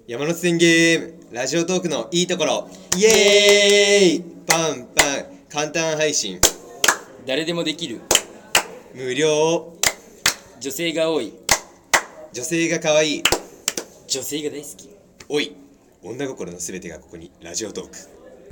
山手線ゲームラジオトークのいいところ、イエーイパンパン簡単配信誰でもできる無料女性が多い女性が可愛い女性が大好きおい女心のすべてがここにラジオトーク。